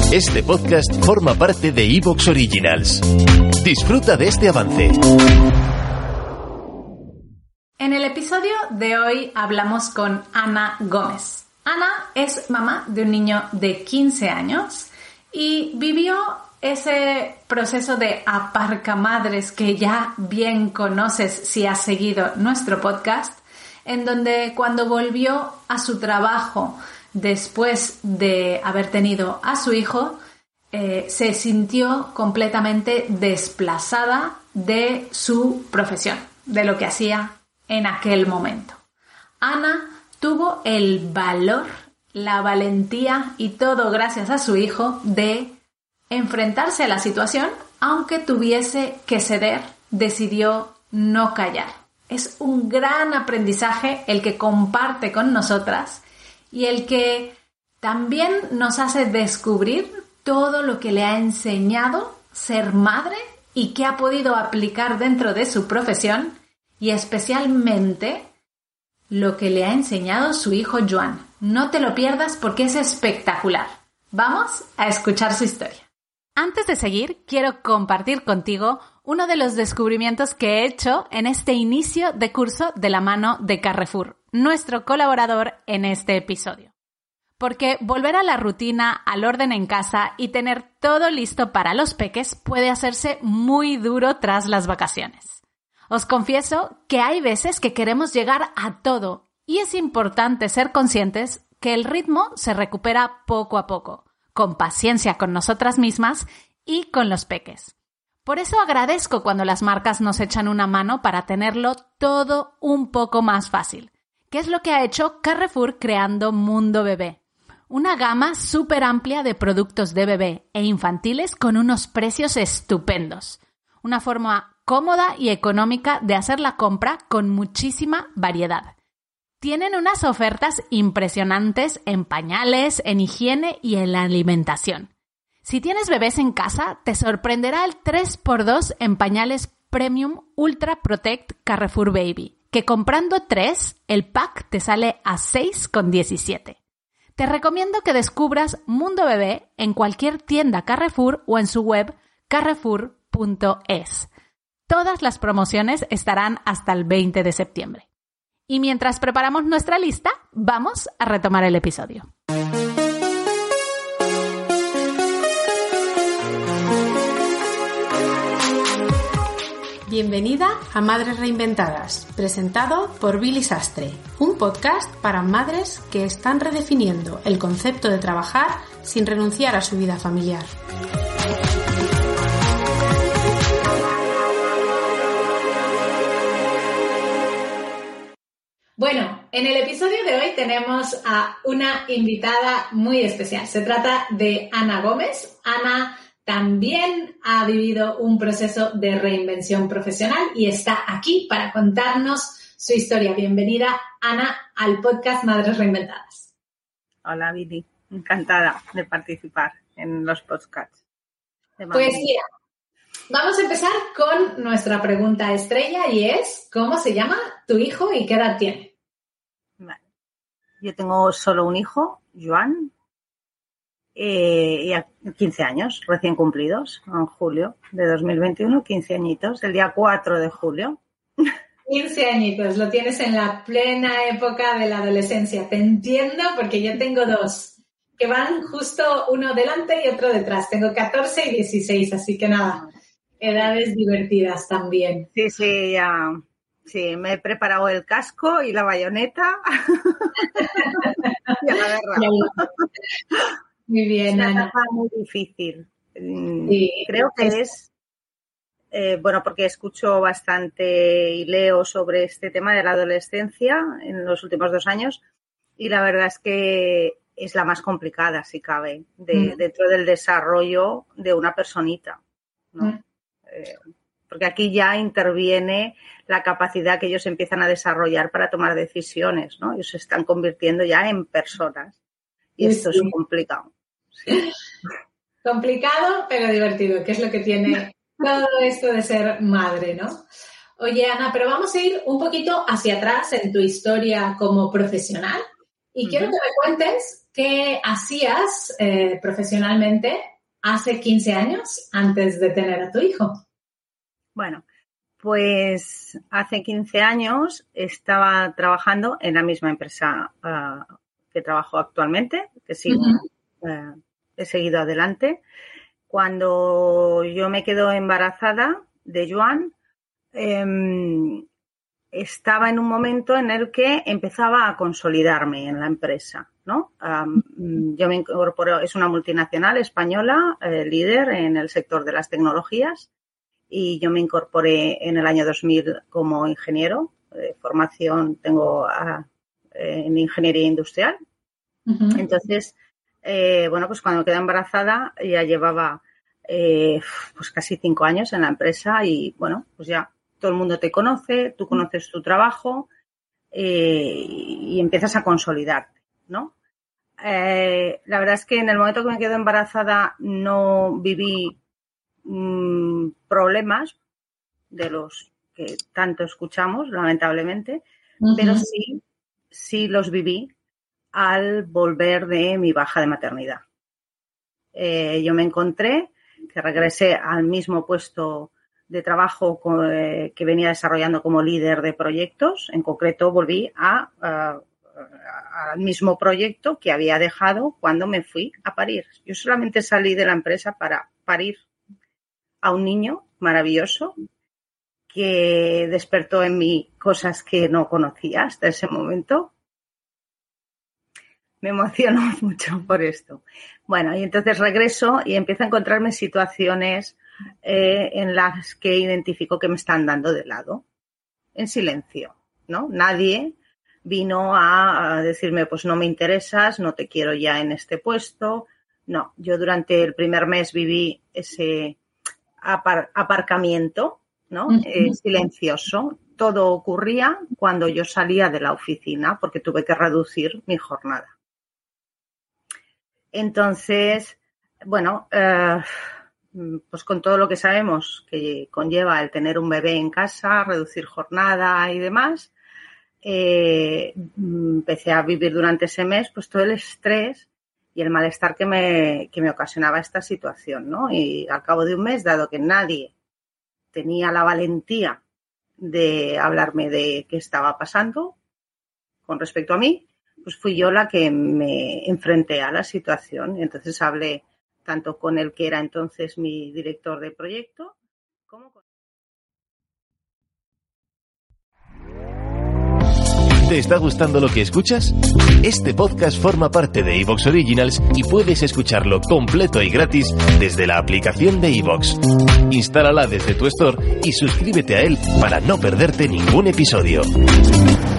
Este podcast forma parte de Evox Originals. Disfruta de este avance. En el episodio de hoy hablamos con Ana Gómez. Ana es mamá de un niño de 15 años y vivió ese proceso de aparcamadres que ya bien conoces si has seguido nuestro podcast, en donde cuando volvió a su trabajo después de haber tenido a su hijo, se sintió completamente desplazada de su profesión, de lo que hacía en aquel momento. Ana tuvo el valor, la valentía y todo gracias a su hijo de enfrentarse a la situación, aunque tuviese que ceder, decidió no callar. Es un gran aprendizaje el que comparte con nosotras y el que también nos hace descubrir todo lo que le ha enseñado ser madre y que ha podido aplicar dentro de su profesión, y especialmente lo que le ha enseñado su hijo Joan. No te lo pierdas porque es espectacular. Vamos a escuchar su historia. Antes de seguir, quiero compartir contigo uno de los descubrimientos que he hecho en este inicio de curso de la mano de Carrefour, nuestro colaborador en este episodio. Porque volver a la rutina, al orden en casa y tener todo listo para los peques puede hacerse muy duro tras las vacaciones. Os confieso que hay veces que queremos llegar a todo y es importante ser conscientes que el ritmo se recupera poco a poco, con paciencia con nosotras mismas y con los peques. Por eso agradezco cuando las marcas nos echan una mano para tenerlo todo un poco más fácil, que es lo que ha hecho Carrefour creando Mundo Bebé. Una gama súper amplia de productos de bebé e infantiles con unos precios estupendos. Una forma cómoda y económica de hacer la compra con muchísima variedad. Tienen unas ofertas impresionantes en pañales, en higiene y en la alimentación. Si tienes bebés en casa, te sorprenderá el 3x2 en pañales Premium Ultra Protect Carrefour Baby, que comprando 3, el pack te sale a 6,17. Te recomiendo que descubras Mundo Bebé en cualquier tienda Carrefour o en su web carrefour.es. Todas las promociones estarán hasta el 20 de septiembre. Y mientras preparamos nuestra lista, vamos a retomar el episodio. Bienvenida a Madres Reinventadas, presentado por Billy Sastre, un podcast para madres que están redefiniendo el concepto de trabajar sin renunciar a su vida familiar. Bueno, en el episodio de hoy tenemos a una invitada muy especial. Se trata de Ana Gómez. Ana también ha vivido un proceso de reinvención profesional y está aquí para contarnos su historia. Bienvenida, Ana, al podcast Madres Reinventadas. Hola, Billy. Encantada de participar en los podcasts. Pues mira, vamos a empezar con nuestra pregunta estrella y es, ¿cómo se llama tu hijo y qué edad tiene? Vale. Yo tengo solo un hijo, Joan, y a 15 años recién cumplidos, en julio de 2021, 15 añitos, el día 4 de julio. 15 añitos, lo tienes en la plena época de la adolescencia. Te entiendo porque yo tengo dos que van justo uno delante y otro detrás. Tengo 14 y 16, así que nada, edades divertidas también. Sí, ya. Sí, me he preparado el casco y la bayoneta. Y a la guerra. Muy bien, Ana. Es una Ana. etapa muy difícil. Sí, creo que es porque escucho bastante y leo sobre este tema de la adolescencia en los últimos 2 años y la verdad es que es la más complicada, si cabe, dentro del desarrollo de una personita, ¿no? Porque aquí ya interviene la capacidad que ellos empiezan a desarrollar para tomar decisiones, ¿no? Ellos se están convirtiendo ya en personas y esto es complicado. Sí. Complicado, pero divertido, que es lo que tiene todo esto de ser madre, ¿no? Oye, Ana, pero vamos a ir un poquito hacia atrás en tu historia como profesional y quiero que me cuentes ¿qué hacías profesionalmente hace 15 años antes de tener a tu hijo? Bueno, pues hace 15 años estaba trabajando en la misma empresa que trabajo actualmente, que sigo, he seguido adelante. Cuando yo me quedo embarazada de Joan, estaba en un momento en el que empezaba a consolidarme en la empresa, ¿no? Yo me incorporé, es una multinacional española, líder en el sector de las tecnologías, y yo me incorporé en el año 2000 como ingeniero. Formación tengo en ingeniería industrial. Entonces, pues cuando me quedé embarazada ya llevaba pues casi 5 años en la empresa y, bueno, pues ya todo el mundo te conoce, tú conoces tu trabajo y empiezas a consolidarte, ¿no? La verdad es que en el momento que me quedo embarazada no viví problemas de los que tanto escuchamos, lamentablemente, pero sí los viví al volver de mi baja de maternidad. Yo me encontré que regresé al mismo puesto de trabajo que venía desarrollando como líder de proyectos. En concreto, volví al mismo proyecto que había dejado cuando me fui a parir. Yo solamente salí de la empresa para parir a un niño maravilloso que despertó en mí cosas que no conocía hasta ese momento. Me emociono mucho por esto. Bueno, y entonces regreso y empiezo a encontrarme situaciones en las que identifico que me están dando de lado, en silencio, ¿no? Nadie vino a decirme, pues no me interesas, no te quiero ya en este puesto. No, yo durante el primer mes viví ese aparcamiento, ¿no? Silencioso. Todo ocurría cuando yo salía de la oficina porque tuve que reducir mi jornada. Entonces, bueno, pues con todo lo que sabemos que conlleva el tener un bebé en casa, reducir jornada y demás, empecé a vivir durante ese mes pues todo el estrés y el malestar que me ocasionaba esta situación, ¿no? Y al cabo de un mes, dado que nadie tenía la valentía de hablarme de qué estaba pasando con respecto a mí, pues fui yo la que me enfrenté a la situación. Y entonces hablé tanto con el que era entonces mi director de proyecto como con... ¿Te está gustando lo que escuchas? Este podcast forma parte de iVoox Originals y puedes escucharlo completo y gratis desde la aplicación de iVoox. Instálala desde tu store y suscríbete a él para no perderte ningún episodio.